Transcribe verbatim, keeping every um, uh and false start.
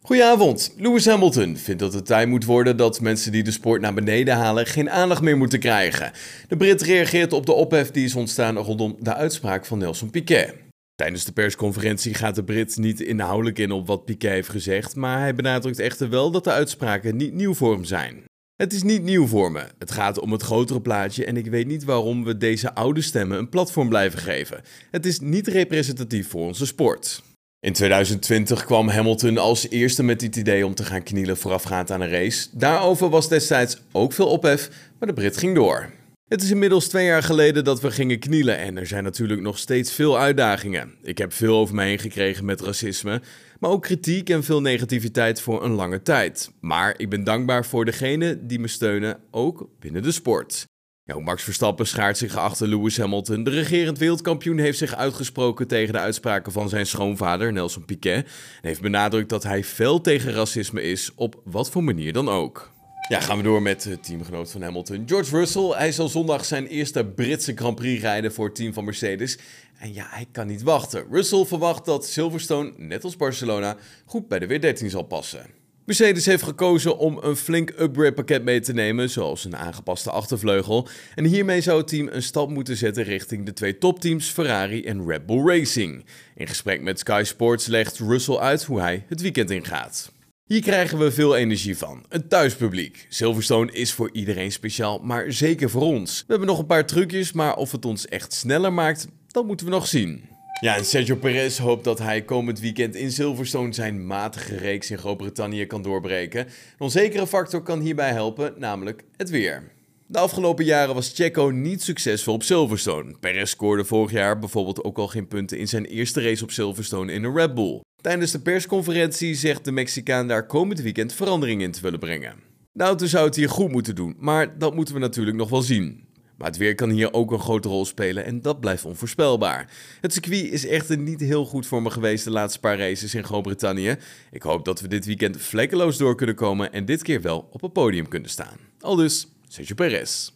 Goedenavond. Lewis Hamilton vindt dat het tijd moet worden dat mensen die de sport naar beneden halen geen aandacht meer moeten krijgen. De Brit reageert op de ophef die is ontstaan rondom de uitspraak van Nelson Piquet. Tijdens de persconferentie gaat de Brit niet inhoudelijk in op wat Piquet heeft gezegd, maar hij benadrukt echter wel dat de uitspraken niet nieuw voor hem zijn. Het is niet nieuw voor me. Het gaat om het grotere plaatje en ik weet niet waarom we deze oude stemmen een platform blijven geven. Het is niet representatief voor onze sport. In tweeduizend twintig kwam Hamilton als eerste met het idee om te gaan knielen voorafgaand aan een race. Daarover was destijds ook veel ophef, maar de Brit ging door. Het is inmiddels twee jaar geleden dat we gingen knielen en er zijn natuurlijk nog steeds veel uitdagingen. Ik heb veel over mij heen gekregen met racisme, maar ook kritiek en veel negativiteit voor een lange tijd. Maar ik ben dankbaar voor degenen die me steunen, ook binnen de sport. Ja, Max Verstappen schaart zich achter Lewis Hamilton. De regerend wereldkampioen heeft zich uitgesproken tegen de uitspraken van zijn schoonvader Nelson Piquet en heeft benadrukt dat hij fel tegen racisme is, op wat voor manier dan ook. Ja, gaan we door met de teamgenoot van Hamilton, George Russell. Hij zal zondag zijn eerste Britse Grand Prix rijden voor het team van Mercedes. En ja, hij kan niet wachten. Russell verwacht dat Silverstone, net als Barcelona, goed bij de W dertien zal passen. Mercedes heeft gekozen om een flink upgrade pakket mee te nemen, zoals een aangepaste achtervleugel. En hiermee zou het team een stap moeten zetten richting de twee topteams Ferrari en Red Bull Racing. In gesprek met Sky Sports legt Russell uit hoe hij het weekend ingaat. Hier krijgen we veel energie van. Een thuispubliek. Silverstone is voor iedereen speciaal, maar zeker voor ons. We hebben nog een paar trucjes, maar of het ons echt sneller maakt, dat moeten we nog zien. Ja, en Sergio Perez hoopt dat hij komend weekend in Silverstone zijn matige reeks in Groot-Brittannië kan doorbreken. Een onzekere factor kan hierbij helpen, namelijk het weer. De afgelopen jaren was Checo niet succesvol op Silverstone. Perez scoorde vorig jaar bijvoorbeeld ook al geen punten in zijn eerste race op Silverstone in een Red Bull. Tijdens de persconferentie zegt de Mexicaan daar komend weekend verandering in te willen brengen. De auto zou het hier goed moeten doen, maar dat moeten we natuurlijk nog wel zien. Maar het weer kan hier ook een grote rol spelen en dat blijft onvoorspelbaar. Het circuit is echter niet heel goed voor me geweest de laatste paar races in Groot-Brittannië. Ik hoop dat we dit weekend vlekkeloos door kunnen komen en dit keer wel op het podium kunnen staan. Aldus, Sergio Perez.